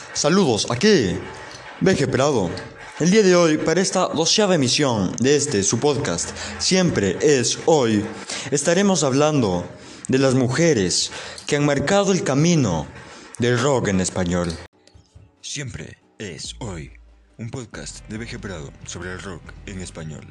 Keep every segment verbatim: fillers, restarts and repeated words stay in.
Saludos, aquí, B G Prado. El día de hoy, para esta doceava emisión de este, su podcast, Siempre es Hoy, estaremos hablando de las mujeres que han marcado el camino del rock en español. Siempre es Hoy, un podcast de B G Prado sobre el rock en español.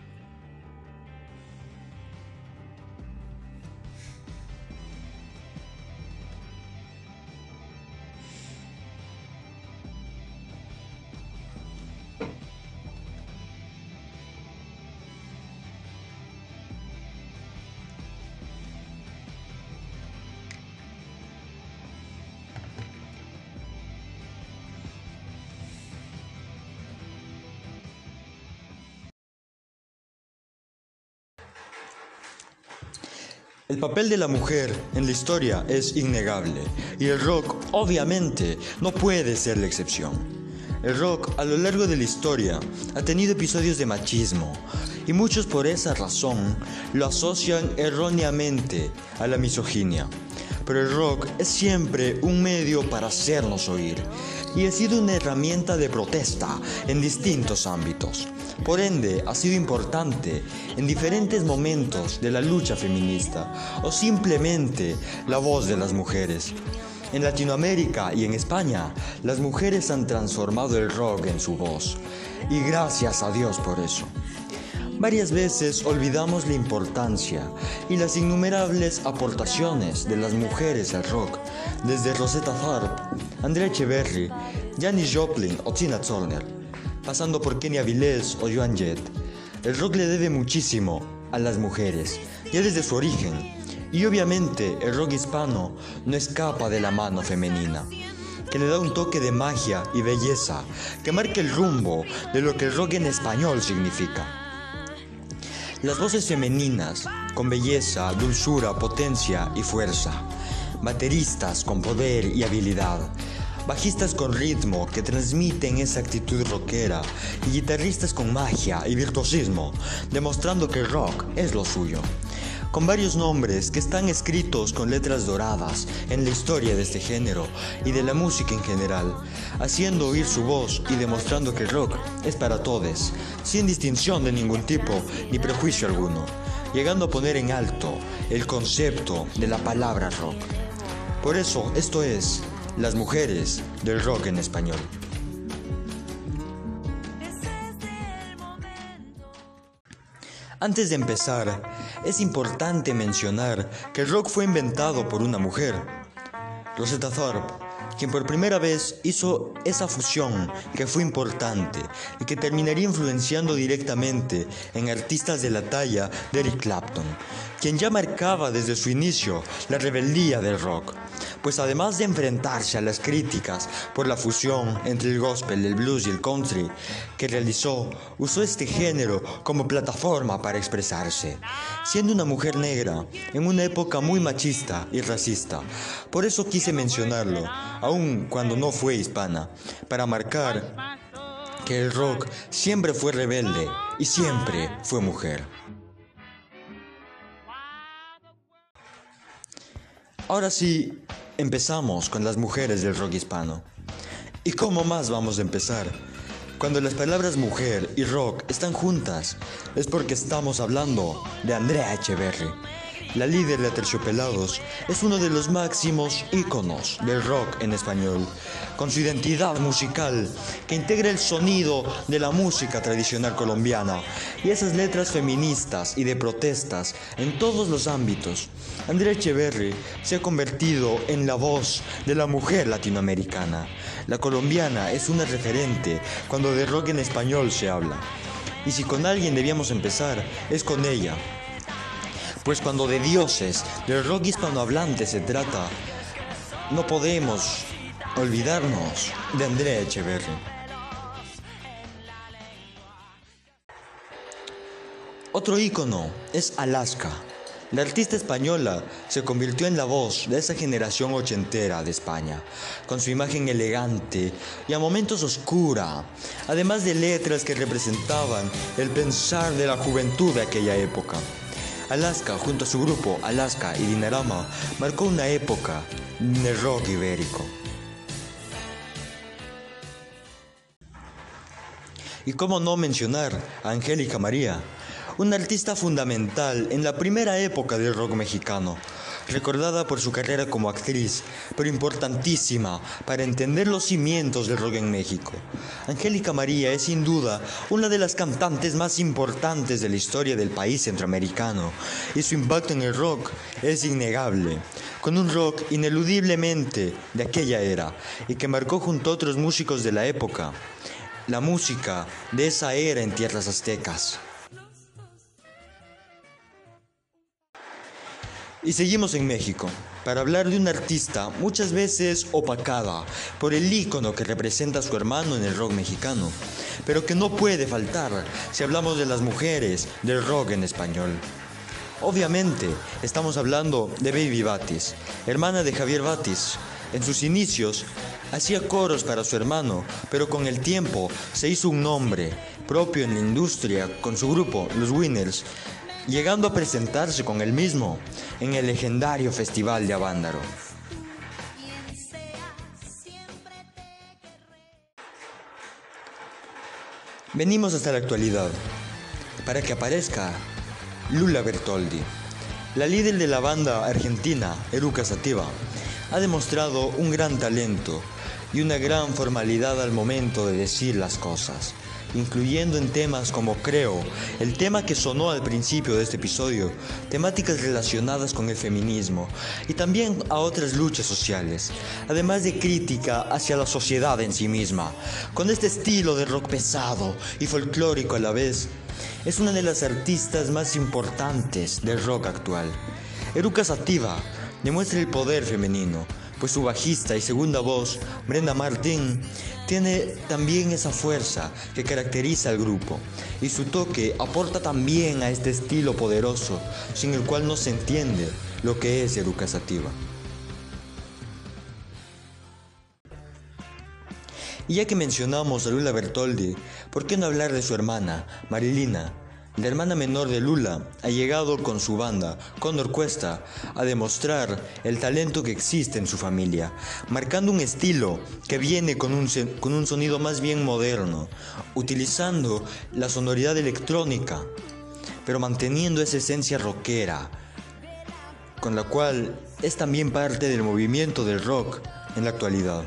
El papel de la mujer en la historia es innegable y el rock obviamente no puede ser la excepción. El rock a lo largo de la historia ha tenido episodios de machismo y muchos por esa razón lo asocian erróneamente a la misoginia. Pero el rock es siempre un medio para hacernos oír y ha sido una herramienta de protesta en distintos ámbitos. Por ende, ha sido importante en diferentes momentos de la lucha feminista o simplemente la voz de las mujeres. En Latinoamérica y en España, las mujeres han transformado el rock en su voz y gracias a Dios por eso. Varias veces olvidamos la importancia y las innumerables aportaciones de las mujeres al rock, desde Rosetta Tharpe, Andrea Echeverry, Janis Joplin o Tina Turner, pasando por Kenia Vilés o Joan Jett. El rock le debe muchísimo a las mujeres, ya desde su origen, y obviamente el rock hispano no escapa de la mano femenina, que le da un toque de magia y belleza que marca el rumbo de lo que el rock en español significa. Las voces femeninas, con belleza, dulzura, potencia y fuerza. Bateristas con poder y habilidad. Bajistas con ritmo que transmiten esa actitud rockera. Y guitarristas con magia y virtuosismo, demostrando que el rock es lo suyo. Con varios nombres que están escritos con letras doradas en la historia de este género y de la música en general, haciendo oír su voz y demostrando que el rock es para todos, sin distinción de ningún tipo ni prejuicio alguno, llegando a poner en alto el concepto de la palabra rock. Por eso, esto es Las mujeres del rock en español. Antes de empezar, es importante mencionar que el rock fue inventado por una mujer, Rosetta Tharpe, quien por primera vez hizo esa fusión que fue importante y que terminaría influenciando directamente en artistas de la talla de Eric Clapton, quien ya marcaba desde su inicio la rebeldía del rock, pues además de enfrentarse a las críticas por la fusión entre el gospel, el blues y el country que realizó, usó este género como plataforma para expresarse, siendo una mujer negra en una época muy machista y racista. Por eso quise mencionarlo, aun cuando no fue hispana, para marcar que el rock siempre fue rebelde y siempre fue mujer. Ahora sí, empezamos con las mujeres del rock hispano. ¿Y cómo más vamos a empezar? Cuando las palabras mujer y rock están juntas, es porque estamos hablando de Andrea Echeverry. La líder de Aterciopelados es uno de los máximos íconos del rock en español, con su identidad musical que integra el sonido de la música tradicional colombiana y esas letras feministas y de protestas en todos los ámbitos. Andrea Echeverry se ha convertido en la voz de la mujer latinoamericana. La colombiana es una referente cuando de rock en español se habla. Y si con alguien debíamos empezar, es con ella. Pues cuando de dioses del rock hispanohablante se trata, no podemos olvidarnos de Andrea Echeverry. Otro ícono es Alaska. La artista española se convirtió en la voz de esa generación ochentera de España, con su imagen elegante y a momentos oscura, además de letras que representaban el pensar de la juventud de aquella época. Alaska, junto a su grupo Alaska y Dinarama, marcó una época en el rock ibérico. Y cómo no mencionar a Angélica María, una artista fundamental en la primera época del rock mexicano, recordada por su carrera como actriz, pero importantísima para entender los cimientos del rock en México. Angélica María es sin duda una de las cantantes más importantes de la historia del país centroamericano, y su impacto en el rock es innegable, con un rock ineludiblemente de aquella era, y que marcó junto a otros músicos de la época, la música de esa era en tierras aztecas. Y seguimos en México, para hablar de una artista muchas veces opacada por el ícono que representa a su hermano en el rock mexicano, pero que no puede faltar si hablamos de las mujeres del rock en español. Obviamente, estamos hablando de Baby Batis, hermana de Javier Batis. En sus inicios, hacía coros para su hermano, pero con el tiempo se hizo un nombre propio en la industria con su grupo, Los Winners, llegando a presentarse con él mismo en el legendario Festival de Avándaro. Venimos hasta la actualidad, para que aparezca Lula Bertoldi. La líder de la banda argentina, Eruca Sativa, ha demostrado un gran talento y una gran formalidad al momento de decir las cosas, incluyendo en temas como Creo, el tema que sonó al principio de este episodio, temáticas relacionadas con el feminismo y también a otras luchas sociales, además de crítica hacia la sociedad en sí misma. Con este estilo de rock pesado y folclórico a la vez, es una de las artistas más importantes del rock actual. Eruca Sativa demuestra el poder femenino, pues su bajista y segunda voz, Brenda Martín, tiene también esa fuerza que caracteriza al grupo, y su toque aporta también a este estilo poderoso, sin el cual no se entiende lo que es Eruca Sativa. Y ya que mencionamos a Lula Bertoldi, ¿por qué no hablar de su hermana, Marilina? La hermana menor de Lula ha llegado con su banda, Condor Cuesta, a demostrar el talento que existe en su familia, marcando un estilo que viene con un, con un sonido más bien moderno, utilizando la sonoridad electrónica, pero manteniendo esa esencia rockera, con la cual es también parte del movimiento del rock en la actualidad.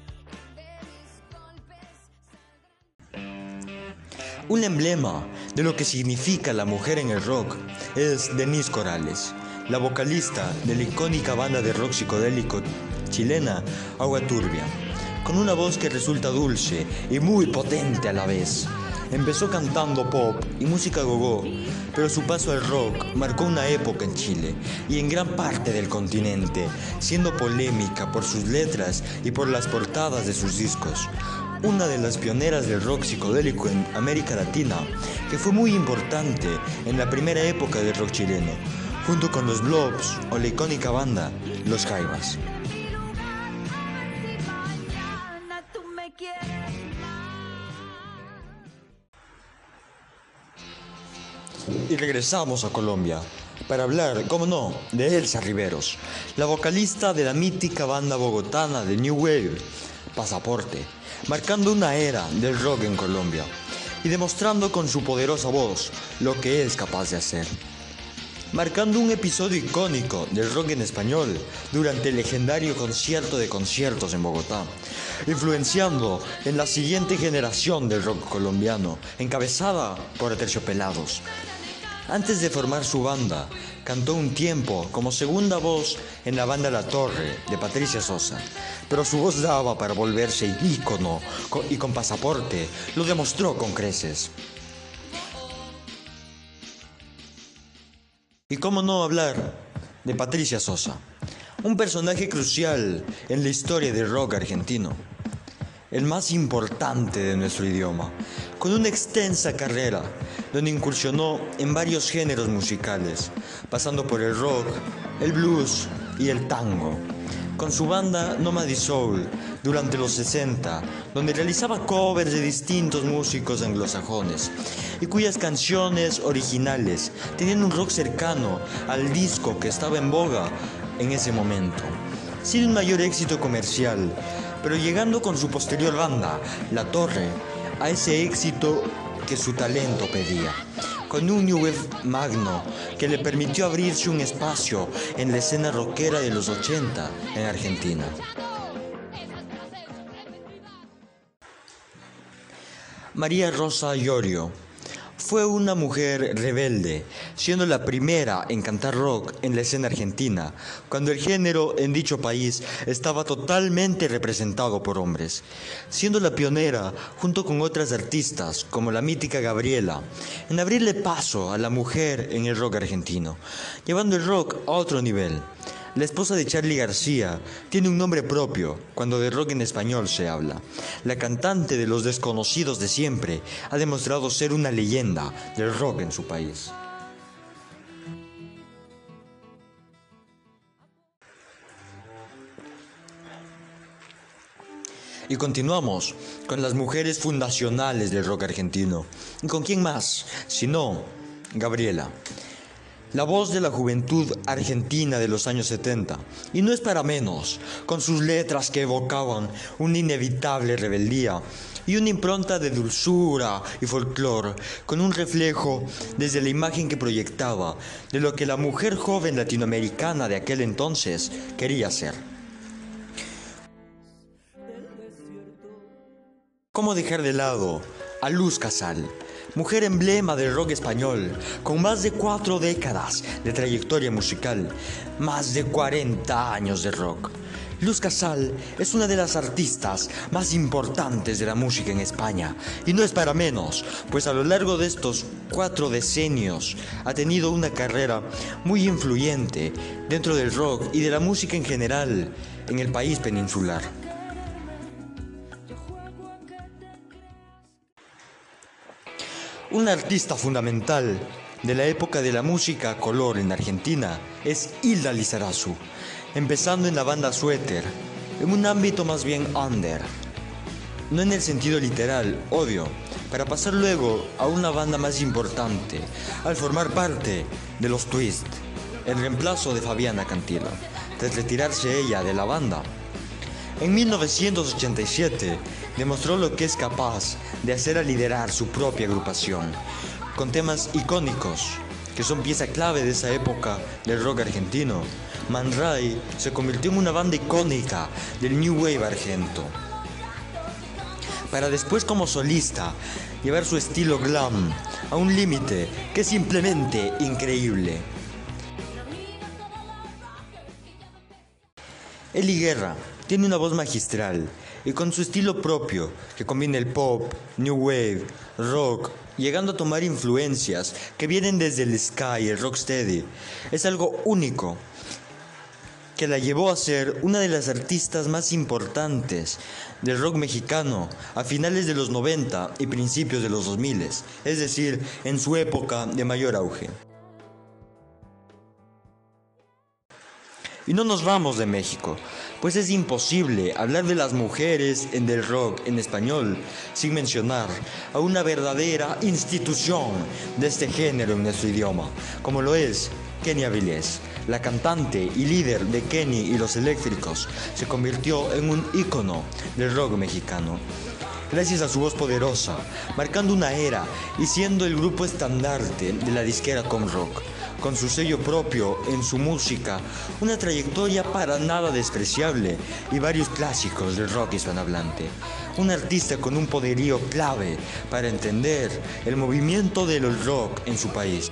Un emblema de lo que significa la mujer en el rock es Denise Corrales, la vocalista de la icónica banda de rock psicodélico chilena Agua Turbia, con una voz que resulta dulce y muy potente a la vez. Empezó cantando pop y música gogo, pero su paso al rock marcó una época en Chile y en gran parte del continente, siendo polémica por sus letras y por las portadas de sus discos. Una de las pioneras del rock psicodélico en América Latina, que fue muy importante en la primera época del rock chileno, junto con los Blobs o la icónica banda Los Jaivas. Y regresamos a Colombia para hablar, como no, de Elsa Riveros, la vocalista de la mítica banda bogotana de New Wave, Pasaporte, marcando una era del rock en Colombia y demostrando con su poderosa voz lo que es capaz de hacer. Marcando un episodio icónico del rock en español durante el legendario concierto de conciertos en Bogotá, influenciando en la siguiente generación del rock colombiano, encabezada por Aterciopelados. Antes de formar su banda, cantó un tiempo como segunda voz en la banda La Torre de Patricia Sosa, pero su voz daba para volverse ícono y con Pasaporte lo demostró con creces. Y cómo no hablar de Patricia Sosa, un personaje crucial en la historia del rock argentino, el más importante de nuestro idioma, con una extensa carrera donde incursionó en varios géneros musicales, pasando por el rock, el blues y el tango, con su banda Nomady Soul durante los sesenta, donde realizaba covers de distintos músicos anglosajones y cuyas canciones originales tenían un rock cercano al disco que estaba en boga en ese momento, sin un mayor éxito comercial, pero llegando con su posterior banda, La Torre, a ese éxito que su talento pedía, con un New Wave magno que le permitió abrirse un espacio en la escena rockera de los ochenta en Argentina. María Rosa Iorio fue una mujer rebelde, siendo la primera en cantar rock en la escena argentina, cuando el género en dicho país estaba totalmente representado por hombres, siendo la pionera, junto con otras artistas como la mítica Gabriela, en abrirle paso a la mujer en el rock argentino, llevando el rock a otro nivel. La esposa de Charly García tiene un nombre propio cuando de rock en español se habla. La cantante de Los Desconocidos de siempre ha demostrado ser una leyenda del rock en su país. Y continuamos con las mujeres fundacionales del rock argentino. ¿Y con quién más? Si no, Gabriela. La voz de la juventud argentina de los años setenta, y no es para menos, con sus letras que evocaban una inevitable rebeldía y una impronta de dulzura y folclore, con un reflejo desde la imagen que proyectaba de lo que la mujer joven latinoamericana de aquel entonces quería ser. ¿Cómo dejar de lado a Luz Casal? Mujer emblema del rock español, con más de cuatro décadas de trayectoria musical, más de cuarenta años de rock. Luz Casal es una de las artistas más importantes de la música en España, y no es para menos, pues a lo largo de estos cuatro decenios ha tenido una carrera muy influyente dentro del rock y de la música en general en el país peninsular. Una artista fundamental de la época de la música a color en Argentina es Hilda Lizarazu, empezando en la banda Suéter, en un ámbito más bien under, no en el sentido literal, obvio, para pasar luego a una banda más importante, al formar parte de los Twist, el reemplazo de Fabiana Cantilo, tras retirarse ella de la banda. En mil novecientos ochenta y siete demostró lo que es capaz de hacer al liderar su propia agrupación, con temas icónicos que son pieza clave de esa época del rock argentino. Man Ray se convirtió en una banda icónica del New Wave argento, para después como solista llevar su estilo glam a un límite que es simplemente increíble. Ely Guerra tiene una voz magistral y con su estilo propio que combina el pop, new wave, rock, llegando a tomar influencias que vienen desde el ska y el rocksteady. Es algo único que la llevó a ser una de las artistas más importantes del rock mexicano a finales de los noventa y principios de los dos mil, es decir, en su época de mayor auge. Y no nos vamos de México, pues es imposible hablar de las mujeres en del rock en español sin mencionar a una verdadera institución de este género en nuestro idioma, como lo es Kenia Vilés. La cantante y líder de Kenny y los Eléctricos se convirtió en un ícono del rock mexicano, gracias a su voz poderosa, marcando una era y siendo el grupo estandarte de la disquera Com Rock, con su sello propio en su música, una trayectoria para nada despreciable y varios clásicos del rock hispanohablante. Un artista con un poderío clave para entender el movimiento del rock en su país.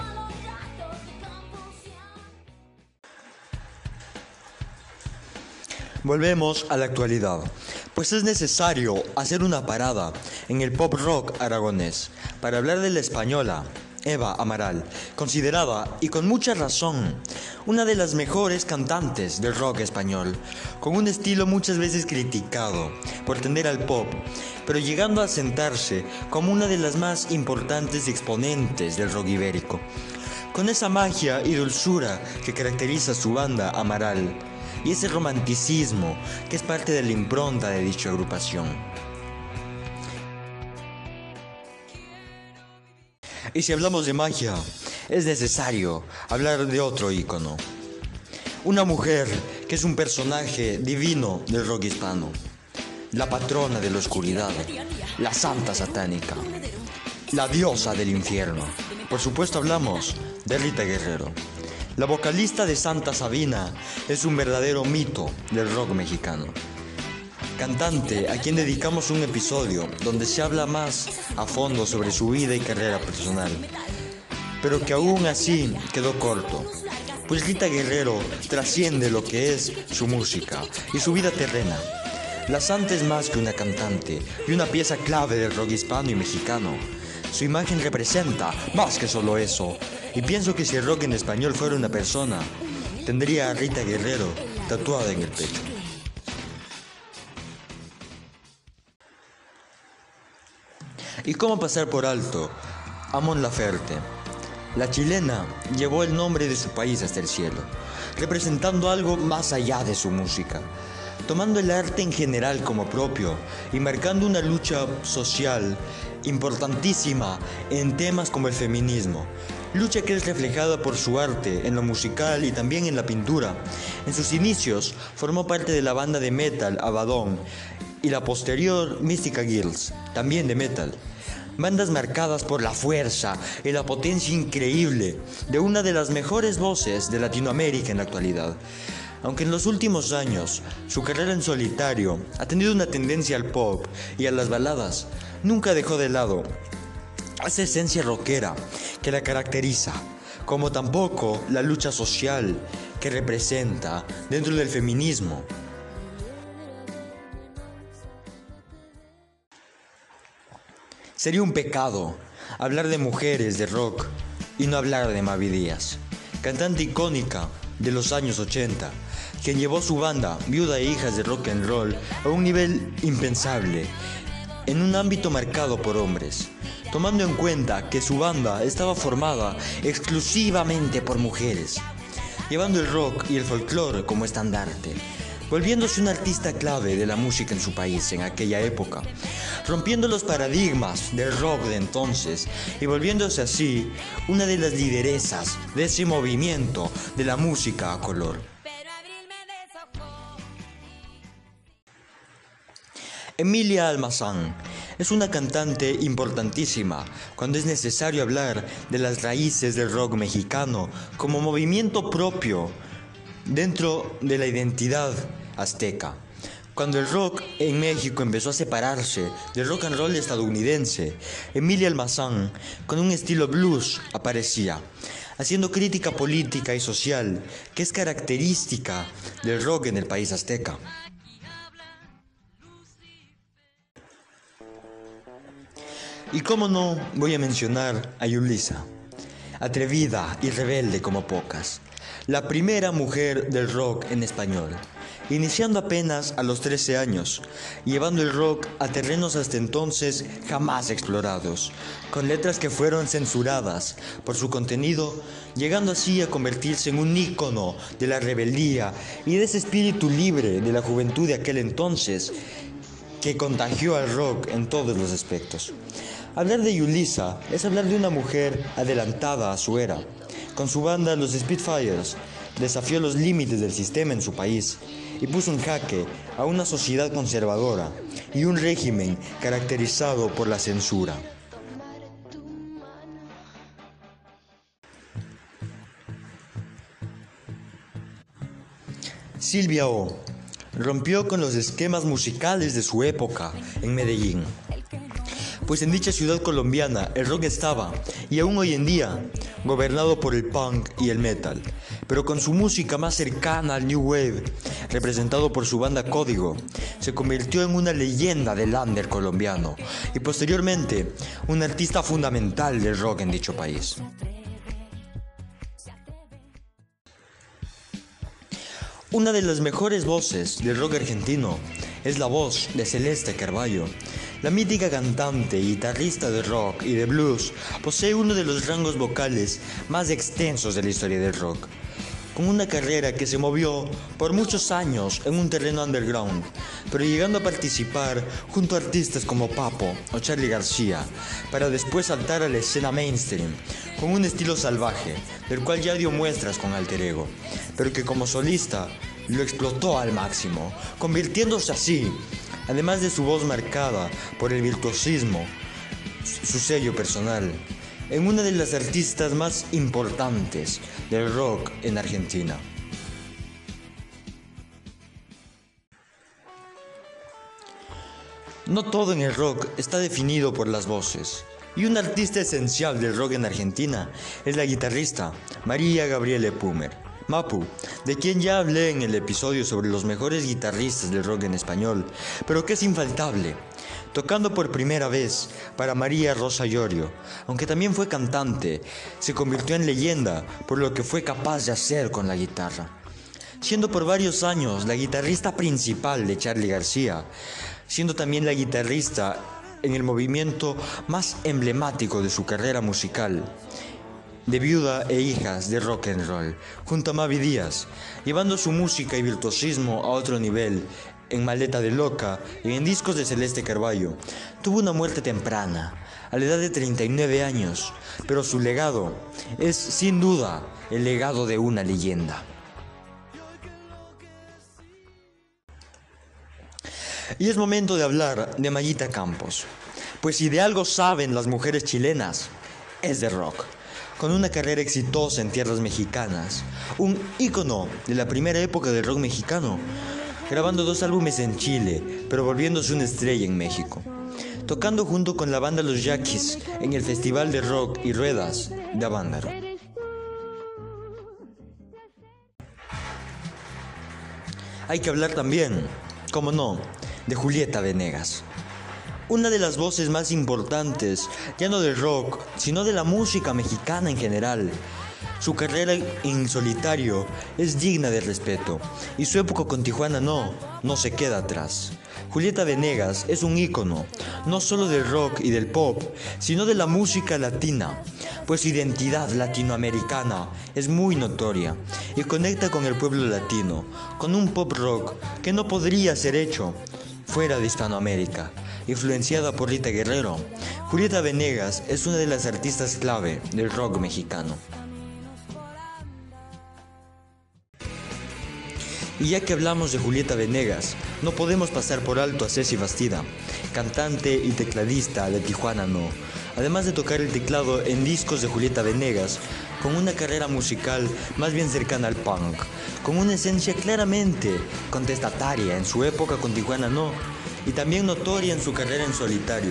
Volvemos a la actualidad, pues es necesario hacer una parada en el pop rock aragonés para hablar de la española Eva Amaral, considerada, y con mucha razón, una de las mejores cantantes del rock español, con un estilo muchas veces criticado por tender al pop, pero llegando a sentarse como una de las más importantes exponentes del rock ibérico, con esa magia y dulzura que caracteriza a su banda Amaral, y ese romanticismo que es parte de la impronta de dicha agrupación. Y si hablamos de magia, es necesario hablar de otro ícono. Una mujer que es un personaje divino del rock hispano. la patrona de la oscuridad, la santa satánica, la diosa del infierno. Por supuesto hablamos de Rita Guerrero. La vocalista de Santa Sabina es un verdadero mito del rock mexicano. Cantante a quien dedicamos un episodio donde se habla más a fondo sobre su vida y carrera personal, pero que aún así quedó corto, pues Rita Guerrero trasciende lo que es su música y su vida terrena. La santa es más que una cantante y una pieza clave del rock hispano y mexicano. Su imagen representa más que solo eso, y pienso que si el rock en español fuera una persona, tendría a Rita Guerrero tatuada en el pecho. ¿Y cómo pasar por alto a Mon Laferte? La chilena llevó el nombre de su país hasta el cielo, representando algo más allá de su música, tomando el arte en general como propio y marcando una lucha social importantísima en temas como el feminismo, lucha que es reflejada por su arte en lo musical y también en la pintura. En sus inicios formó parte de la banda de metal Abaddon y la posterior Mystica Girls, también de metal. Bandas marcadas por la fuerza y la potencia increíble de una de las mejores voces de Latinoamérica en la actualidad. Aunque en los últimos años su carrera en solitario ha tenido una tendencia al pop y a las baladas, nunca dejó de lado esa esencia rockera que la caracteriza, como tampoco la lucha social que representa dentro del feminismo. Sería un pecado hablar de mujeres de rock y no hablar de Mavi Díaz, cantante icónica de los años ochenta, quien llevó su banda Viuda e Hijas de Rock and Roll a un nivel impensable, en un ámbito marcado por hombres, tomando en cuenta que su banda estaba formada exclusivamente por mujeres, llevando el rock y el folclore como estandarte, volviéndose un artista clave de la música en su país en aquella época, rompiendo los paradigmas del rock de entonces y volviéndose así una de las lideresas de ese movimiento de la música a color. Emilia Almazán es una cantante importantísima cuando es necesario hablar de las raíces del rock mexicano como movimiento propio dentro de la identidad azteca. Cuando el rock en México empezó a separarse del rock and roll estadounidense, Emilia Almazán, con un estilo blues, aparecía, haciendo crítica política y social que es característica del rock en el país azteca. Y cómo no voy a mencionar a Yulisa, atrevida y rebelde como pocas, la primera mujer del rock en español, iniciando apenas a los trece años, llevando el rock a terrenos hasta entonces jamás explorados, con letras que fueron censuradas por su contenido, llegando así a convertirse en un ícono de la rebeldía y de ese espíritu libre de la juventud de aquel entonces que contagió al rock en todos los aspectos. Hablar de Yulisa es hablar de una mujer adelantada a su era. Con su banda Los Spitfires desafió los límites del sistema en su país y puso en jaque a una sociedad conservadora y un régimen caracterizado por la censura. Silvia O rompió con los esquemas musicales de su época en Medellín, pues en dicha ciudad colombiana el rock estaba, y aún hoy en día, gobernado por el punk y el metal, pero con su música más cercana al New Wave, representado por su banda Código, se convirtió en una leyenda del under colombiano y posteriormente un artista fundamental del rock en dicho país. Una de las mejores voces del rock argentino es la voz de Celeste Carballo. La mítica cantante y guitarrista de rock y de blues posee uno de los rangos vocales más extensos de la historia del rock, con una carrera que se movió por muchos años en un terreno underground, pero llegando a participar junto a artistas como Papo o Charly García, para después saltar a la escena mainstream con un estilo salvaje, del cual ya dio muestras con Alter Ego, pero que como solista lo explotó al máximo, convirtiéndose así además de su voz marcada por el virtuosismo, su sello personal, en una de las artistas más importantes del rock en Argentina. No todo en el rock está definido por las voces, y una artista esencial del rock en Argentina es la guitarrista María Gabriela Pumer, Mapu, de quien ya hablé en el episodio sobre los mejores guitarristas del rock en español, pero que es infaltable, tocando por primera vez para María Rosa Llorio. Aunque también fue cantante, se convirtió en leyenda por lo que fue capaz de hacer con la guitarra, siendo por varios años la guitarrista principal de Charly García, siendo también la guitarrista en el movimiento más emblemático de su carrera musical, de Viuda e Hijas de Rock and Roll, junto a Mavi Díaz, llevando su música y virtuosismo a otro nivel en Maleta de Loca y en discos de Celeste Carballo. Tuvo una muerte temprana, a la edad de treinta y nueve años, pero su legado es sin duda el legado de una leyenda. Y es momento de hablar de Mayita Campos, pues si de algo saben las mujeres chilenas, es de rock. Con una carrera exitosa en tierras mexicanas, un ícono de la primera época del rock mexicano, grabando dos álbumes en Chile, pero volviéndose una estrella en México, tocando junto con la banda Los Yaquis en el Festival de Rock y Ruedas de Avándaro. Hay que hablar también, como no, de Julieta Venegas, una de las voces más importantes, ya no del rock, sino de la música mexicana en general. Su carrera en solitario es digna de respeto, y su época con Tijuana no, no se queda atrás. Julieta Venegas es un ícono, no solo del rock y del pop, sino de la música latina, pues su identidad latinoamericana es muy notoria y conecta con el pueblo latino, con un pop rock que no podría ser hecho fuera de Hispanoamérica. Influenciada por Rita Guerrero, Julieta Venegas es una de las artistas clave del rock mexicano. Y ya que hablamos de Julieta Venegas, no podemos pasar por alto a Ceci Bastida, cantante y tecladista de Tijuana No, además de tocar el teclado en discos de Julieta Venegas, con una carrera musical más bien cercana al punk, con una esencia claramente contestataria en su época con Tijuana No, y también notoria en su carrera en solitario.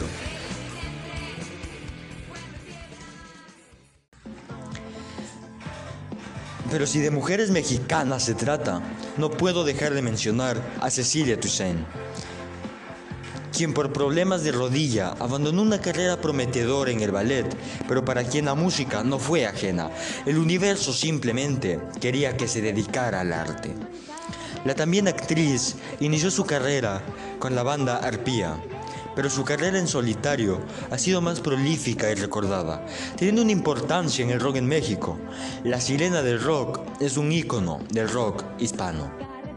Pero si de mujeres mexicanas se trata, no puedo dejar de mencionar a Cecilia Toussaint, quien por problemas de rodilla abandonó una carrera prometedora en el ballet, pero para quien la música no fue ajena. El universo simplemente quería que se dedicara al arte. La también actriz inició su carrera con la banda Arpía, pero su carrera en solitario ha sido más prolífica y recordada, teniendo una importancia en el rock en México. La sirena del rock es un ícono del rock hispano.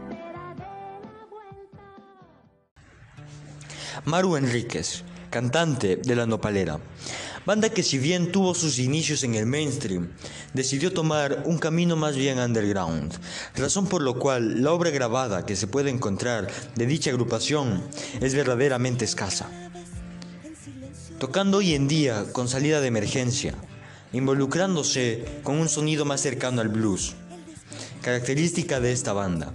Maru Enríquez, cantante de La Nopalera, banda que si bien tuvo sus inicios en el mainstream, decidió tomar un camino más bien underground, razón por lo cual la obra grabada que se puede encontrar de dicha agrupación es verdaderamente escasa. Tocando hoy en día con salida de emergencia, involucrándose con un sonido más cercano al blues, característica de esta banda.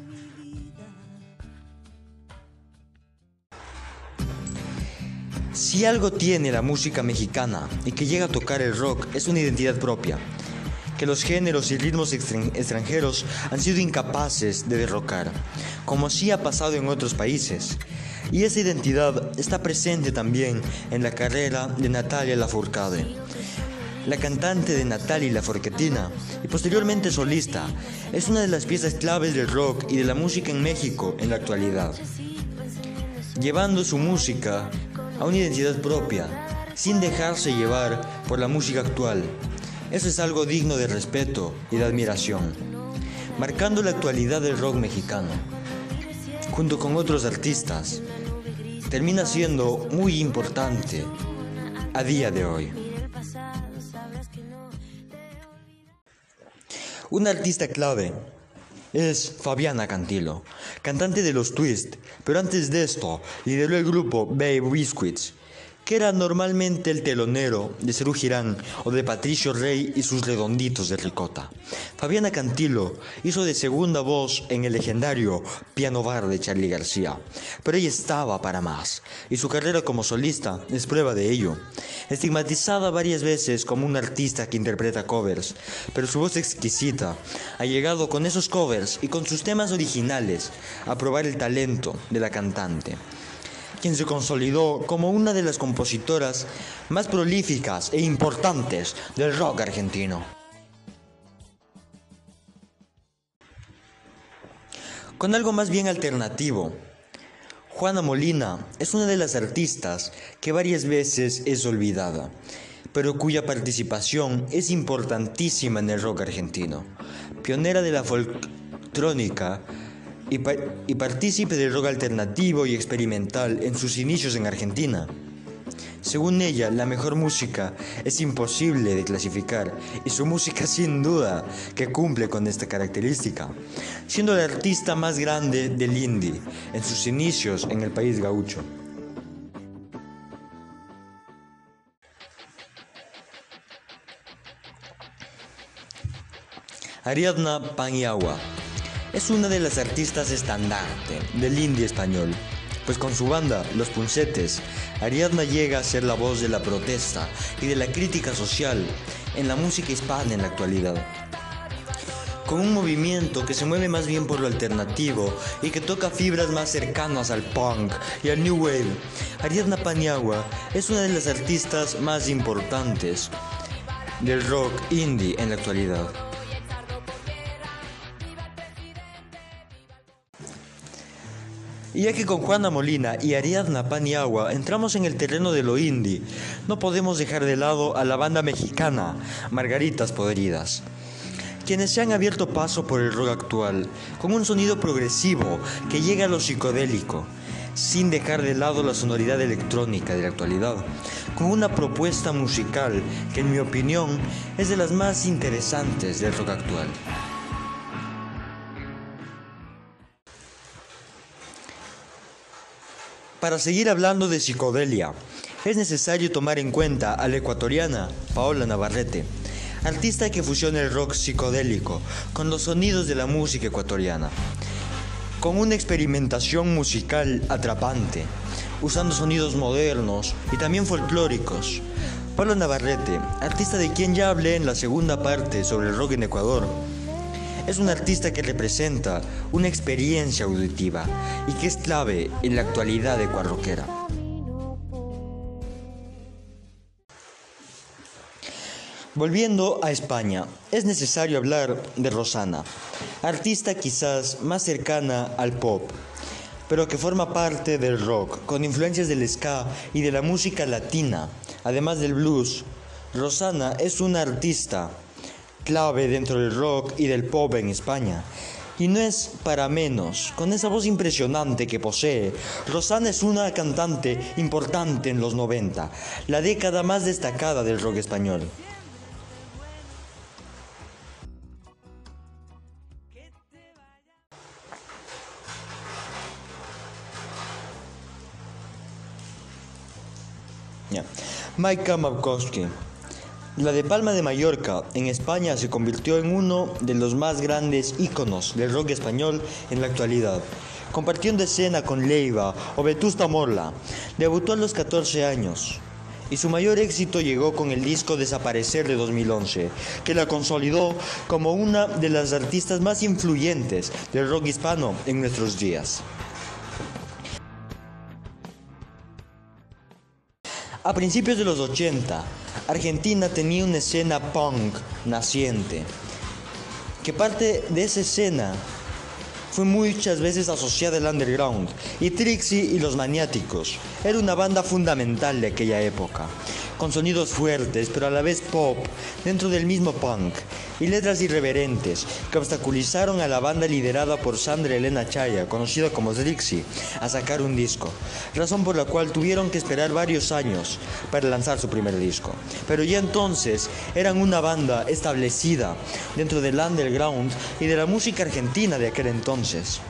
Si algo tiene la música mexicana y que llega a tocar el rock es una identidad propia, que los géneros y ritmos extranjeros han sido incapaces de derrocar, como así ha pasado en otros países. Y esa identidad está presente también en la carrera de Natalia Lafourcade, la cantante de Natalia y Lafourcatina, y posteriormente solista. Es una de las piezas claves del rock y de la música en México en la actualidad, llevando su música a una identidad propia, sin dejarse llevar por la música actual. Eso es algo digno de respeto y de admiración, marcando la actualidad del rock mexicano. Junto con otros artistas, termina siendo muy importante a día de hoy. Una artista clave es Fabiana Cantilo, cantante de los Twist, pero antes de esto lideró el grupo Babe Biscuits, que era normalmente el telonero de Serú Girán o de Patricio Rey y sus redonditos de ricota. Fabiana Cantilo hizo de segunda voz en el legendario Piano Bar de Charly García, pero ella estaba para más, y su carrera como solista es prueba de ello. Estigmatizada varias veces como un artista que interpreta covers, pero su voz exquisita ha llegado con esos covers y con sus temas originales a probar el talento de la cantante, quien se consolidó como una de las compositoras más prolíficas e importantes del rock argentino. Con algo más bien alternativo, Juana Molina es una de las artistas que varias veces es olvidada, pero cuya participación es importantísima en el rock argentino. Pionera de la folktrónica y, pa y partícipe del rock alternativo y experimental en sus inicios en Argentina. Según ella, la mejor música es imposible de clasificar, y su música sin duda que cumple con esta característica, siendo la artista más grande del indie en sus inicios en el país gaucho. Ariadna Paniagua es una de las artistas estandarte del indie español, pues con su banda, Los Puncetes, Ariadna llega a ser la voz de la protesta y de la crítica social en la música hispana en la actualidad. Con un movimiento que se mueve más bien por lo alternativo y que toca fibras más cercanas al punk y al new wave, Ariadna Paniagua es una de las artistas más importantes del rock indie en la actualidad. Y ya que con Juana Molina y Ariadna Paniagua entramos en el terreno de lo indie, no podemos dejar de lado a la banda mexicana Margaritas Podridas, quienes se han abierto paso por el rock actual, con un sonido progresivo que llega a lo psicodélico, sin dejar de lado la sonoridad electrónica de la actualidad, con una propuesta musical que en mi opinión es de las más interesantes del rock actual. Para seguir hablando de psicodelia, es necesario tomar en cuenta a la ecuatoriana Paola Navarrete, artista que fusiona el rock psicodélico con los sonidos de la música ecuatoriana, con una experimentación musical atrapante, usando sonidos modernos y también folclóricos. Paola Navarrete, artista de quien ya hablé en la segunda parte sobre el rock en Ecuador, es un artista que representa una experiencia auditiva y que es clave en la actualidad ecuarroquera. Volviendo a España, es necesario hablar de Rosana, artista quizás más cercana al pop, pero que forma parte del rock, con influencias del ska y de la música latina, además del blues. Rosana es una artista clave dentro del rock y del pop en España, y no es para menos. Con esa voz impresionante que posee, Rosana es una cantante importante en los noventa, la década más destacada del rock español. Yeah. Maika Markowski. La de Palma de Mallorca, en España, se convirtió en uno de los más grandes íconos del rock español en la actualidad. Compartiendo escena con Leiva o Vetusta Morla, debutó a los catorce años y su mayor éxito llegó con el disco Desaparecer de dos mil once, que la consolidó como una de las artistas más influyentes del rock hispano en nuestros días. A principios de los ochenta, Argentina tenía una escena punk naciente, que parte de esa escena fue muchas veces asociada al underground, y Trixie y los Maniáticos era una banda fundamental de aquella época, con sonidos fuertes pero a la vez pop dentro del mismo punk, y letras irreverentes que obstaculizaron a la banda liderada por Sandra Elena Chaya, conocida como Trixie, a sacar un disco, razón por la cual tuvieron que esperar varios años para lanzar su primer disco. Pero ya entonces eran una banda establecida dentro del underground y de la música argentina de aquel entonces.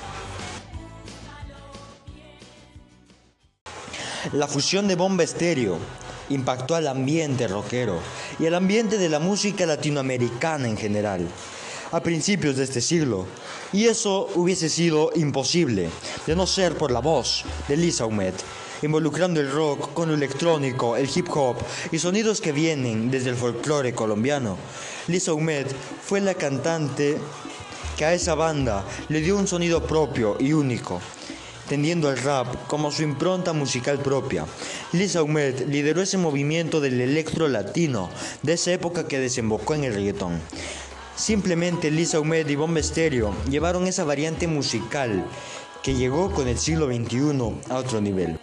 La fusión de Bomba Estéreo impactó al ambiente rockero y al ambiente de la música latinoamericana en general a principios de este siglo, y eso hubiese sido imposible de no ser por la voz de Liza Humet, involucrando el rock con lo electrónico, el hip hop y sonidos que vienen desde el folclore colombiano. Liza Humet fue la cantante que a esa banda le dio un sonido propio y único, tendiendo al rap como su impronta musical propia. Liza Humet lideró ese movimiento del electro latino de esa época que desembocó en el reggaetón. Simplemente Liza Humet y Bomba Estéreo llevaron esa variante musical que llegó con el siglo veintiuno a otro nivel.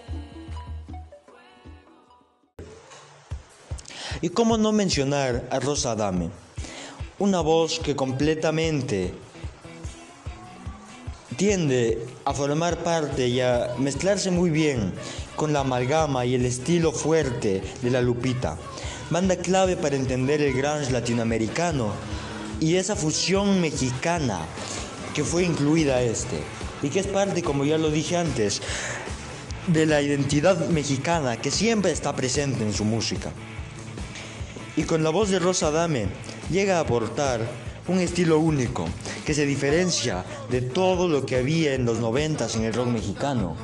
Y cómo no mencionar a Rosa Adame, una voz que completamente tiende a formar parte y a mezclarse muy bien con la amalgama y el estilo fuerte de La Lupita, banda clave para entender el grunge latinoamericano y esa fusión mexicana que fue incluida a este, y que es parte, como ya lo dije antes, de la identidad mexicana que siempre está presente en su música. Y con la voz de Rosa Adame llega a aportar un estilo único que se diferencia de todo lo que había en los noventas en el rock mexicano.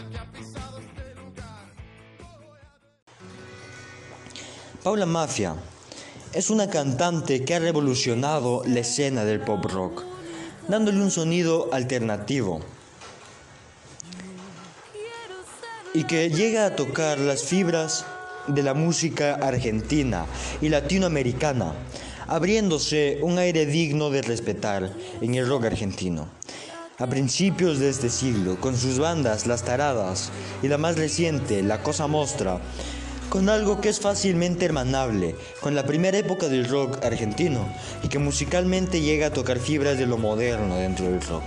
Paula Mafia es una cantante que ha revolucionado la escena del pop rock, dándole un sonido alternativo y que llega a tocar las fibras de la música argentina y latinoamericana, abriéndose un aire digno de respetar en el rock argentino. A principios de este siglo, con sus bandas Las Taradas y la más reciente, La Cosa Mostra, con algo que es fácilmente hermanable con la primera época del rock argentino y que musicalmente llega a tocar fibras de lo moderno dentro del rock.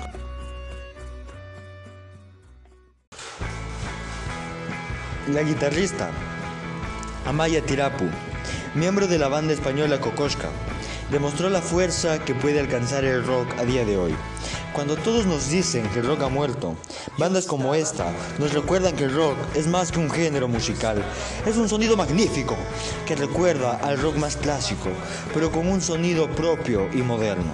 La guitarrista Amaya Tirapu, miembro de la banda española Kokoschka, demostró la fuerza que puede alcanzar el rock a día de hoy. Cuando todos nos dicen que el rock ha muerto, bandas como esta nos recuerdan que el rock es más que un género musical. Es un sonido magnífico que recuerda al rock más clásico, pero con un sonido propio y moderno.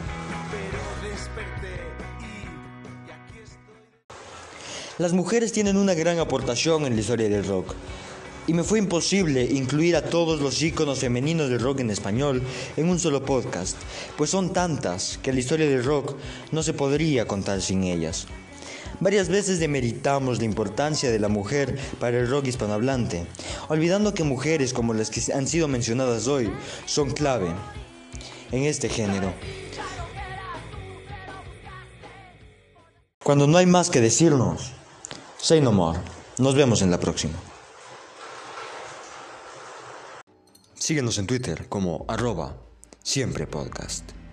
Las mujeres tienen una gran aportación en la historia del rock, y me fue imposible incluir a todos los íconos femeninos del rock en español en un solo podcast, pues son tantas que la historia del rock no se podría contar sin ellas. Varias veces demeritamos la importancia de la mujer para el rock hispanohablante, olvidando que mujeres como las que han sido mencionadas hoy son clave en este género. Cuando no hay más que decirnos, say no more. Nos vemos en la próxima. Síguenos en Twitter como arroba siempre podcast.